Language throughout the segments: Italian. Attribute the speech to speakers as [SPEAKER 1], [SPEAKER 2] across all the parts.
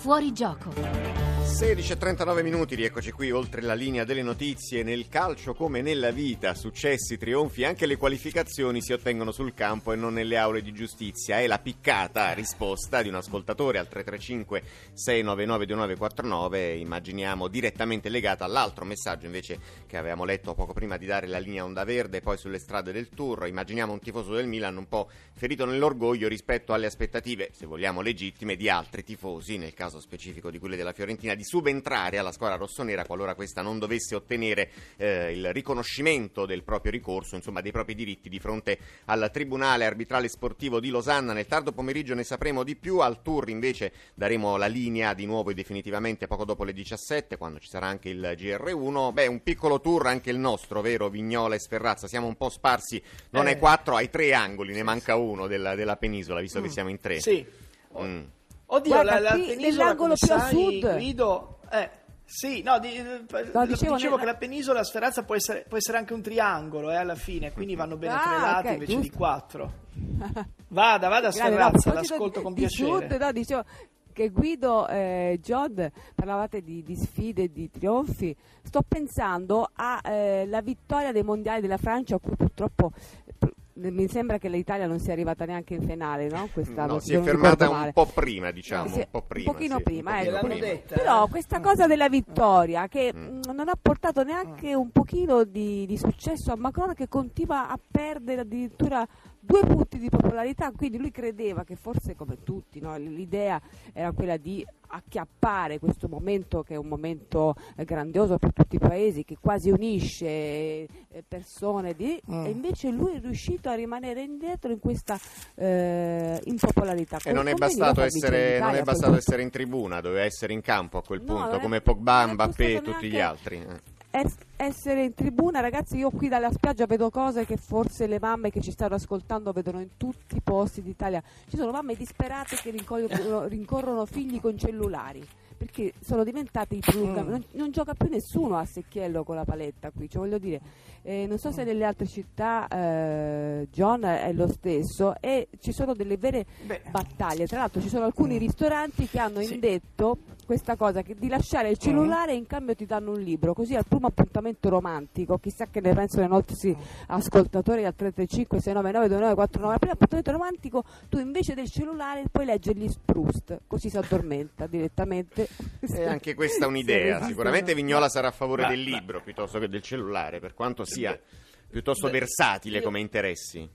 [SPEAKER 1] Fuori gioco.
[SPEAKER 2] 16:39 minuti, rieccoci qui oltre la linea delle notizie. Nel calcio come nella vita, successi, trionfi, anche le qualificazioni si ottengono sul campo e non nelle aule di giustizia. È la piccata risposta di un ascoltatore al 335 699 2949, immaginiamo direttamente legata all'altro messaggio invece che avevamo letto poco prima di dare la linea onda verde, poi sulle strade del Tour. Immaginiamo un tifoso del Milan un po' ferito nell'orgoglio rispetto alle aspettative, se vogliamo legittime, di altri tifosi, nel caso specifico di quelle della Fiorentina, di subentrare alla squadra rossonera qualora questa non dovesse ottenere il riconoscimento del proprio ricorso, insomma dei propri diritti di fronte al Tribunale Arbitrale Sportivo di Losanna. Nel tardo pomeriggio ne sapremo di più. Al Tour invece daremo la linea di nuovo e definitivamente poco dopo le 17, quando ci sarà anche il GR1. Un piccolo tour anche il nostro, vero Vignola e Sferrazza? Siamo un po' sparsi, non ai 4, ai 3 angoli, ne manca uno della penisola, visto che siamo in 3.
[SPEAKER 3] Sì. Oddio,
[SPEAKER 4] guarda,
[SPEAKER 3] la penisola,
[SPEAKER 4] nell'angolo più a sud.
[SPEAKER 3] Guido, sì, dicevo che la penisola Sferrazza può essere anche un triangolo alla fine, quindi vanno bene 3 lati
[SPEAKER 4] okay,
[SPEAKER 3] invece
[SPEAKER 4] giusto.
[SPEAKER 3] di 4. Vada a Sferrazza, l'ascolto con piacere.
[SPEAKER 4] Sud, dicevo che Guido John, parlavate di sfide, di trionfi. Sto pensando alla vittoria dei mondiali della Francia, a cui purtroppo mi sembra che l'Italia non sia arrivata neanche in finale, no? Quest'anno,
[SPEAKER 2] no, si è fermata un po' prima, diciamo, un po' prima.
[SPEAKER 4] Un pochino
[SPEAKER 2] sì,
[SPEAKER 4] prima,
[SPEAKER 2] ecco.
[SPEAKER 3] L'hanno detta,
[SPEAKER 4] Però questa cosa della vittoria, che non ha portato neanche un pochino di successo a Macron, che continua a perdere addirittura 2 punti di popolarità, quindi lui credeva che forse, come tutti, no? L'idea era quella di acchiappare questo momento, che è un momento grandioso per tutti i paesi, che quasi unisce persone e invece lui è riuscito a rimanere indietro in questa impopolarità.
[SPEAKER 2] E non è bastato essere in tribuna, doveva essere in campo a quel punto, come Pogba, Mbappé e tutti gli altri.
[SPEAKER 4] Essere in tribuna, ragazzi, io qui dalla spiaggia vedo cose che forse le mamme che ci stanno ascoltando vedono in tutti i posti d'Italia. Ci sono mamme disperate che rincorrono figli con cellulari, perché sono diventati i prolungamenti. Non gioca più nessuno a secchiello con la paletta qui, cioè voglio dire, non so se nelle altre città John è lo stesso, e ci sono delle vere battaglie. Tra l'altro ci sono alcuni ristoranti che hanno indetto questa cosa, che di lasciare il cellulare e in cambio ti danno un libro, così al primo appuntamento romantico, chissà che ne pensano i nostri ascoltatori al 335 699 2949, al primo appuntamento romantico tu invece del cellulare puoi leggergli Proust, così si addormenta direttamente.
[SPEAKER 2] E anche questa è un'idea, sicuramente Vignola sarà a favore del libro piuttosto che del cellulare, per quanto sia piuttosto versatile come interessi.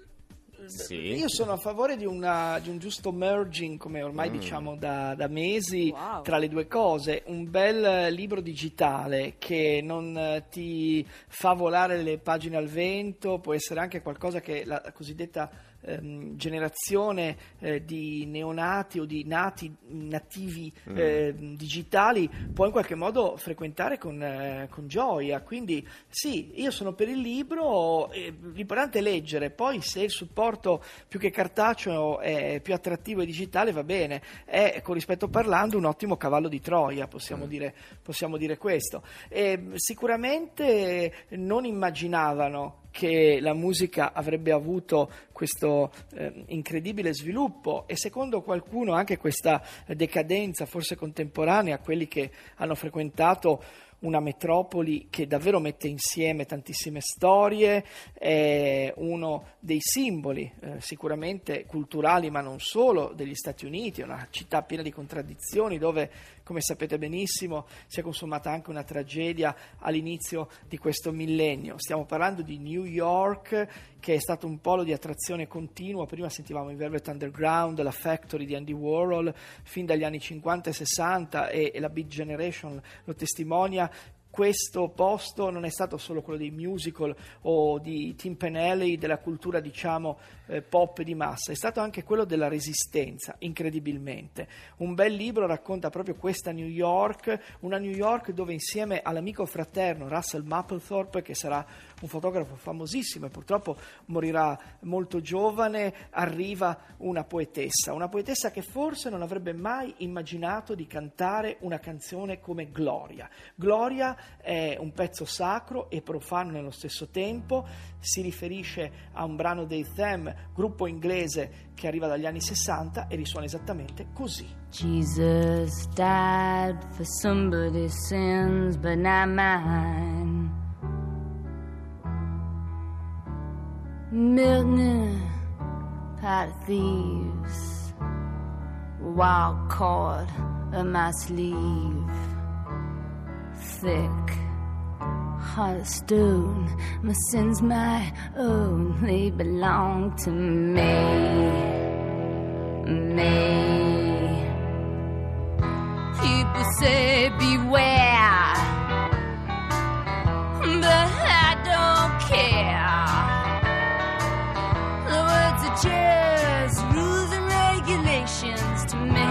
[SPEAKER 2] Sì.
[SPEAKER 3] Io sono a favore di un giusto merging, come ormai diciamo da mesi, tra le due cose. Un bel libro digitale che non ti fa volare le pagine al vento, può essere anche qualcosa che la cosiddetta generazione di neonati o di nativi digitali può in qualche modo frequentare con gioia. Quindi sì, io sono per il libro, l'importante è leggere, poi se il supporto più che cartaceo è più attrattivo e digitale va bene, è, con rispetto parlando, un ottimo cavallo di Troia, possiamo dire questo. Sicuramente non immaginavano che la musica avrebbe avuto questo incredibile sviluppo, e secondo qualcuno anche questa decadenza forse contemporanea a quelli che hanno frequentato una metropoli che davvero mette insieme tantissime storie, è uno dei simboli sicuramente culturali, ma non solo, degli Stati Uniti. È una città piena di contraddizioni dove, come sapete benissimo, si è consumata anche una tragedia all'inizio di questo millennio. Stiamo parlando di New York, che è stato un polo di attrazione continuo. Prima sentivamo i Velvet Underground, la Factory di Andy Warhol, fin dagli anni 50 e 60, e la Beat Generation lo testimonia. Questo posto non è stato solo quello dei musical o di Tim Penelli, della cultura diciamo pop di massa, è stato anche quello della resistenza, incredibilmente. Un bel libro racconta proprio questa New York, una New York dove insieme all'amico fraterno Russell Mapplethorpe, che sarà un fotografo famosissimo e purtroppo morirà molto giovane, arriva una poetessa che forse non avrebbe mai immaginato di cantare una canzone come Gloria è un pezzo sacro e profano nello stesso tempo, si riferisce a un brano dei Them, gruppo inglese che arriva dagli anni 60 e risuona esattamente così.
[SPEAKER 1] Jesus died for somebody's sins but not mine. Milton, pot of thieves, wild cord of my sleeve, thick heart of stone, my sins my own, they belong to me. People say beware, but I don't care. The words are just rules and regulations to me.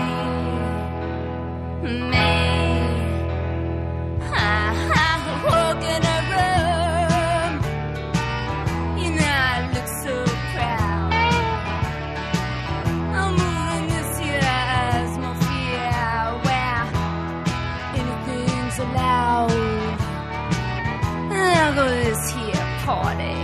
[SPEAKER 1] I walk in a room, you know I look so proud. I'm moving this year's more fear, where anything's allowed. I'll go to this here party,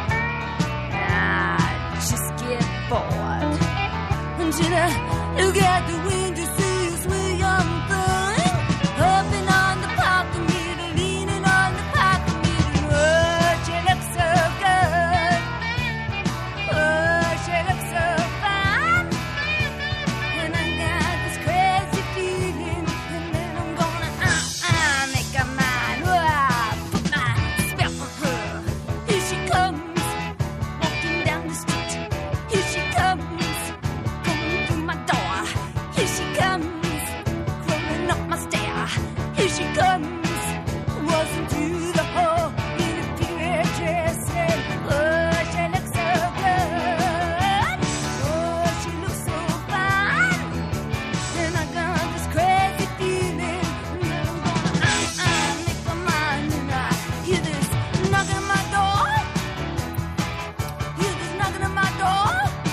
[SPEAKER 1] I just get bored until I look out the window, see this way young thing, hopping on the parking meter, leaning on the parking meter. Oh, she looks so good. Oh, she looks so fine. And I got this crazy feeling, and then I'm gonna make her mine. Oh, put my spell on her. Here she comes, walking down the street. Here she comes, coming through my door. Here she comes, crawling up my stair. Here she comes, waltzing through the hall in a period dress. And oh, she looks so good. Oh, she looks so fine. And I got this crazy feeling, and then I'm gonna make my mind. And I hear this knocking at my door. Hear this knocking at my door.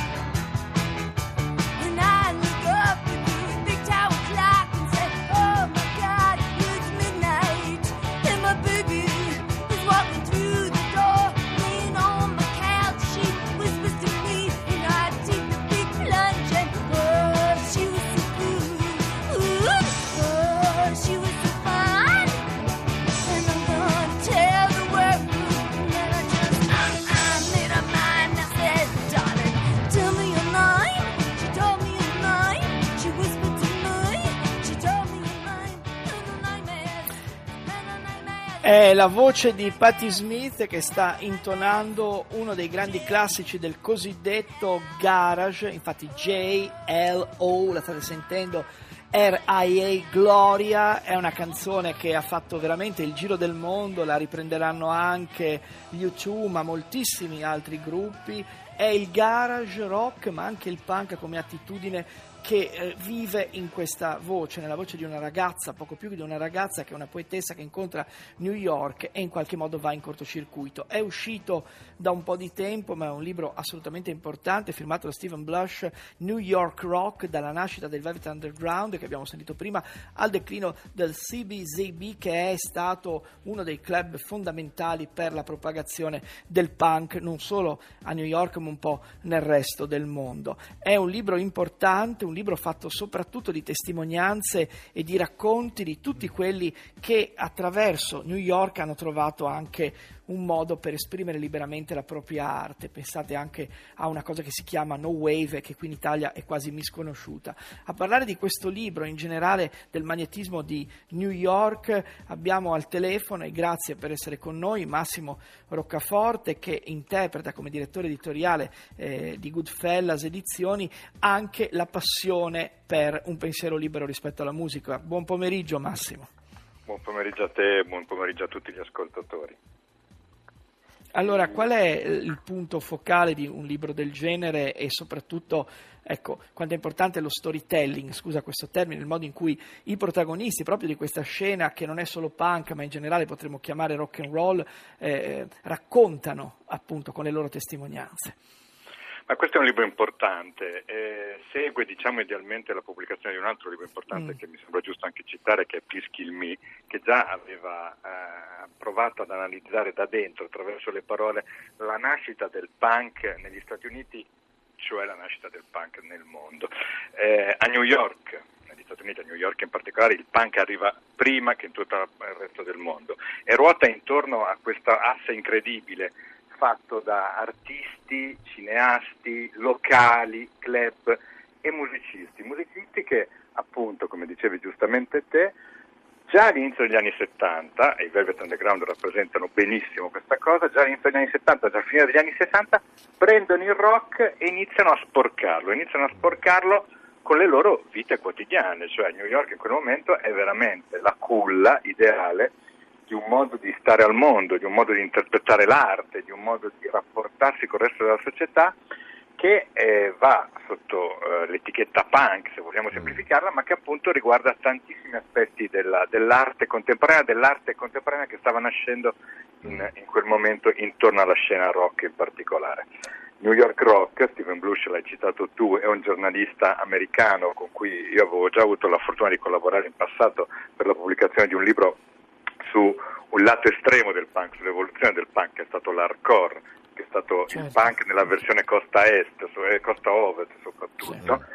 [SPEAKER 1] And I look up at the big tower clock and say, oh my God, it's midnight. And my baby is walking through the door. Laying on my couch, she whispers to me, and I take the big plunge. And oh, she was so good. Oh, she was so fine. And I'm gonna tell the world. And then I just made up mind. I said, darling, tell me your name. She told me your name. She whispered to me. She told me your name. And her name is.
[SPEAKER 3] È la voce di Patti Smith che sta intonando uno dei grandi classici del cosiddetto garage, infatti J-L-O, la state sentendo, R.I.A. Gloria, è una canzone che ha fatto veramente il giro del mondo, la riprenderanno anche gli U2, ma moltissimi altri gruppi. È il garage rock, ma anche il punk come attitudine che vive in questa voce, nella voce di una ragazza, poco più di una ragazza, che è una poetessa che incontra New York e in qualche modo va in cortocircuito. È uscito da un po' di tempo, ma è un libro assolutamente importante, firmato da Stephen Blush, New York Rock, dalla nascita del Velvet Underground, che abbiamo sentito prima, al declino del CBZB, che è stato uno dei club fondamentali per la propagazione del punk, non solo a New York, ma un po' nel resto del mondo. È un libro importante, un libro fatto soprattutto di testimonianze e di racconti di tutti quelli che attraverso New York hanno trovato anche un modo per esprimere liberamente la propria arte. Pensate anche a una cosa che si chiama No Wave, che qui in Italia è quasi misconosciuta. A parlare di questo libro, in generale del magnetismo di New York, abbiamo al telefono, e grazie per essere con noi, Massimo Roccaforte, che interpreta come direttore editoriale di Goodfellas Edizioni anche la passione per un pensiero libero rispetto alla musica. Buon pomeriggio, Massimo.
[SPEAKER 5] Buon pomeriggio a te e buon pomeriggio a tutti gli ascoltatori.
[SPEAKER 3] Allora, qual è il punto focale di un libro del genere e soprattutto, ecco, quanto è importante lo storytelling, scusa questo termine, il modo in cui i protagonisti proprio di questa scena, che non è solo punk ma in generale potremmo chiamare rock and roll, raccontano appunto con le loro testimonianze?
[SPEAKER 5] Ma questo è un libro importante, segue idealmente la pubblicazione di un altro libro importante che mi sembra giusto anche citare, che è Please Kill Me, che già aveva provato ad analizzare da dentro, attraverso le parole, la nascita del punk negli Stati Uniti, cioè la nascita del punk nel mondo. A New York, negli Stati Uniti, a New York in particolare, il punk arriva prima che in tutto il resto del mondo e ruota intorno a questa asse incredibile fatto da artisti, cineasti, locali, club e musicisti che appunto, come dicevi giustamente te, già all'inizio degli anni 70, e i Velvet Underground rappresentano benissimo questa cosa, già all'inizio degli anni 70, già a fine degli anni 60, prendono il rock e iniziano a sporcarlo con le loro vite quotidiane, cioè New York in quel momento è veramente la culla ideale di un modo di stare al mondo, di un modo di interpretare l'arte, di un modo di rapportarsi con il resto della società che va sotto l'etichetta punk, se vogliamo semplificarla, ma che appunto riguarda tantissimi aspetti dell'arte contemporanea che stava nascendo in quel momento intorno alla scena rock in particolare. New York Rock, Steven Blush, l'hai citato tu, è un giornalista americano con cui io avevo già avuto la fortuna di collaborare in passato per la pubblicazione di un libro su un lato estremo del punk, sull'evoluzione del punk, che è stato l'hardcore, che è stato il punk nella versione costa est, costa ovest soprattutto,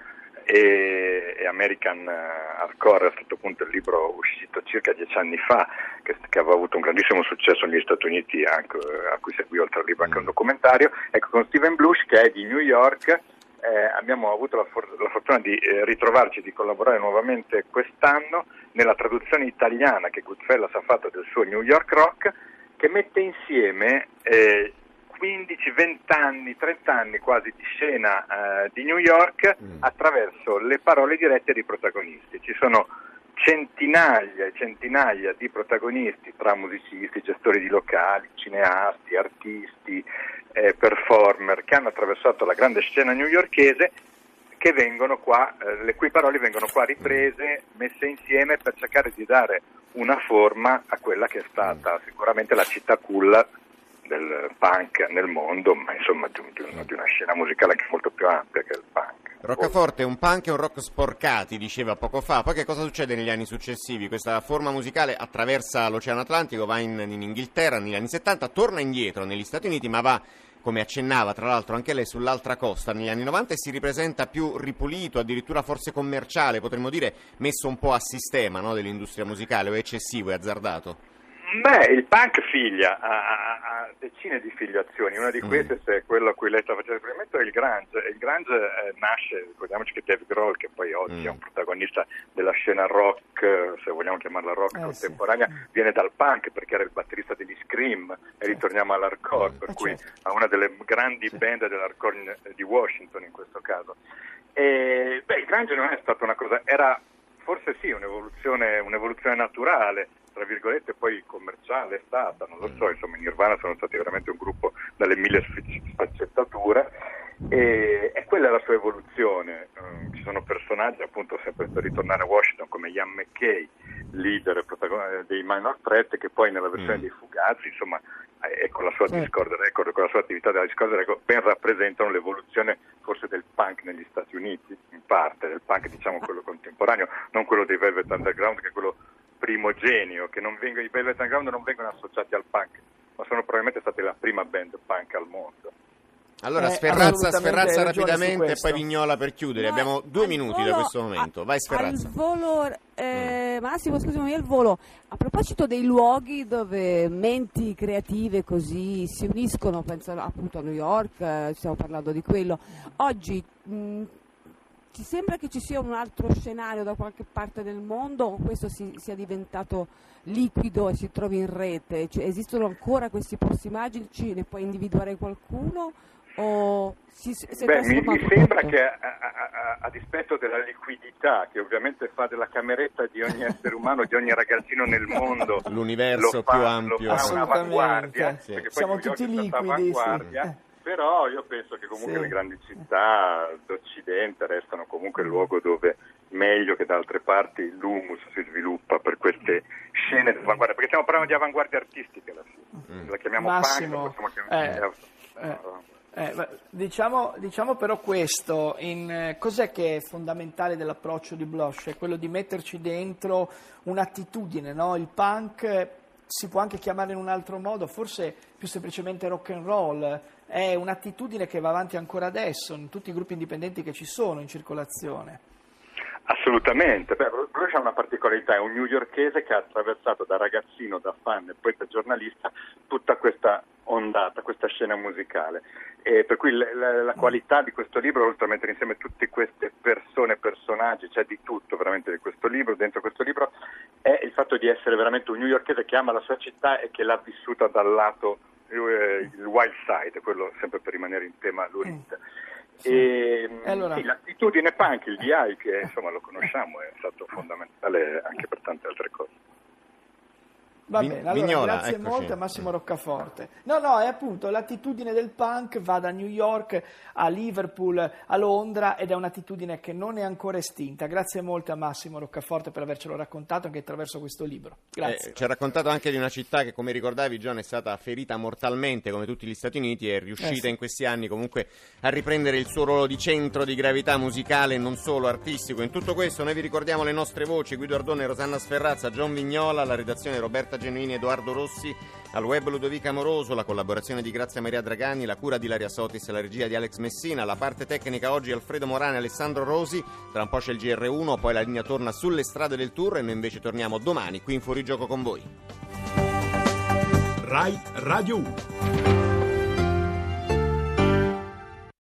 [SPEAKER 5] e American Hardcore è stato appunto il libro uscito circa 10 anni fa, che aveva avuto un grandissimo successo negli Stati Uniti, anche, a cui seguì oltre al libro anche un documentario. Ecco, con Steven Blush, che è di New York, abbiamo avuto la fortuna di ritrovarci, di collaborare nuovamente quest'anno nella traduzione italiana che Goodfellas ha fatto del suo New York Rock, che mette insieme 15, 20 anni, 30 anni quasi di scena di New York attraverso le parole dirette dei protagonisti. Ci sono centinaia e centinaia di protagonisti tra musicisti, gestori di locali, cineasti, artisti, performer che hanno attraversato la grande scena newyorkese, che vengono qua, le cui parole vengono qua riprese, messe insieme per cercare di dare una forma a quella che è stata sicuramente la città culla del punk nel mondo, ma insomma di una scena musicale anche molto più ampia che il punk.
[SPEAKER 2] Roccaforte, un punk e un rock sporcati, diceva poco fa. Poi che cosa succede negli anni successivi? Questa forma musicale attraversa l'Oceano Atlantico, va in Inghilterra negli anni 70, torna indietro negli Stati Uniti, ma va, come accennava tra l'altro anche lei, sull'altra costa negli anni 90 e si ripresenta più ripulito, addirittura forse commerciale, potremmo dire messo un po' a sistema, no, dell'industria musicale, o eccessivo e azzardato?
[SPEAKER 5] Beh, il punk figlia, ha decine di filiazioni, una di queste, se è quello a cui lei sta facendo riferimento, è il grunge. Il grunge nasce, ricordiamoci che Dave Grohl, che poi oggi è un protagonista della scena rock, se vogliamo chiamarla rock contemporanea, viene dal punk perché era il batterista degli Scream, e ritorniamo all'hardcore, per cui a una delle grandi band dell'hardcore di Washington in questo caso. E, il grunge non è stata una cosa, era forse sì un'evoluzione naturale, tra virgolette, poi commerciale è stata, non lo so, insomma, i Nirvana sono stati veramente un gruppo dalle mille sfaccettature e quella è la sua evoluzione. Ci sono personaggi, appunto, sempre per ritornare a Washington, come Ian MacKaye, leader dei Minor Threat, che poi nella versione dei Fugazi, insomma, e con la sua Discord Record, con la sua attività della Discord Record, ben rappresentano l'evoluzione forse del punk negli Stati Uniti, in parte del punk, diciamo, quello contemporaneo, non quello dei Velvet Underground, che è quello primogenio, che i Velvet Underground non vengono associati al punk, ma sono probabilmente state la prima band punk al mondo.
[SPEAKER 2] Allora Sferrazza rapidamente e poi Vignola per chiudere. Abbiamo 2 minuti da questo momento. Vai Sferrazza.
[SPEAKER 4] Al volo, Massimo, scusami, al volo. A proposito dei luoghi dove menti creative così si uniscono, penso appunto a New York, stiamo parlando di quello. Oggi ti sembra che ci sia un altro scenario da qualche parte del mondo, o questo sia diventato liquido e si trovi in rete? Cioè, esistono ancora questi posti magici, ne puoi individuare qualcuno? O mi
[SPEAKER 5] sembra che a dispetto della liquidità che ovviamente fa della cameretta di ogni essere umano, di ogni ragazzino nel mondo,
[SPEAKER 2] l'universo più ampio,
[SPEAKER 5] lo fa un'avanguardia, perché
[SPEAKER 3] siamo
[SPEAKER 5] poi
[SPEAKER 3] tutti liquidi,
[SPEAKER 5] avanguardia. Però io penso che comunque le grandi città d'Occidente restano comunque il luogo dove meglio che da altre parti l'humus si sviluppa per queste scene di avanguardia, perché stiamo parlando di avanguardia artistica alla fine. La chiamiamo
[SPEAKER 3] Massimo,
[SPEAKER 5] punk, la possiamo chiamare
[SPEAKER 3] Diciamo però questo, cos'è che è fondamentale dell'approccio di Blush? È quello di metterci dentro un'attitudine, no? Il punk si può anche chiamare in un altro modo, forse più semplicemente rock and roll, è un'attitudine che va avanti ancora adesso in tutti i gruppi indipendenti che ci sono in circolazione.
[SPEAKER 5] Assolutamente, Blush ha una particolarità, è un newyorkese che ha attraversato da ragazzino, da fan e poi da giornalista tutta questa ondata, questa scena musicale, e per cui la qualità di questo libro, oltre a mettere insieme tutte queste persone, personaggi, c'è di tutto veramente di questo libro, dentro questo libro, è il fatto di essere veramente un newyorkese che ama la sua città e che l'ha vissuta dal lato il wild side, quello sempre per rimanere in tema Lurid. E
[SPEAKER 3] allora,
[SPEAKER 5] sì, l'attitudine punk, il DI, che insomma lo conosciamo, è stato fondamentale anche per tante altre cose.
[SPEAKER 3] Va bene, allora
[SPEAKER 2] Vignola,
[SPEAKER 3] grazie
[SPEAKER 2] eccoci.
[SPEAKER 3] molto a Massimo Roccaforte. No, è appunto l'attitudine del punk va da New York a Liverpool, a Londra, ed è un'attitudine che non è ancora estinta. Grazie molto a Massimo Roccaforte per avercelo raccontato anche attraverso questo libro. Grazie.
[SPEAKER 2] Ci ha raccontato anche di una città che, come ricordavi, John, è stata ferita mortalmente come tutti gli Stati Uniti e è riuscita in questi anni comunque a riprendere il suo ruolo di centro di gravità musicale e non solo artistico. In tutto questo noi vi ricordiamo le nostre voci: Guido Ardone, Rosanna Sferrazza, John Vignola, la redazione Roberta Genuini, Edoardo Rossi, al web Ludovica Amoroso, la collaborazione di Grazia Maria Dragani, la cura di Ilaria Sotis e la regia di Alex Messina, la parte tecnica oggi Alfredo Morane e Alessandro Rosi. Tra un po' c'è il GR1, poi la linea torna sulle strade del tour e noi invece torniamo domani qui in Fuorigioco con voi.
[SPEAKER 6] Rai Radio 1.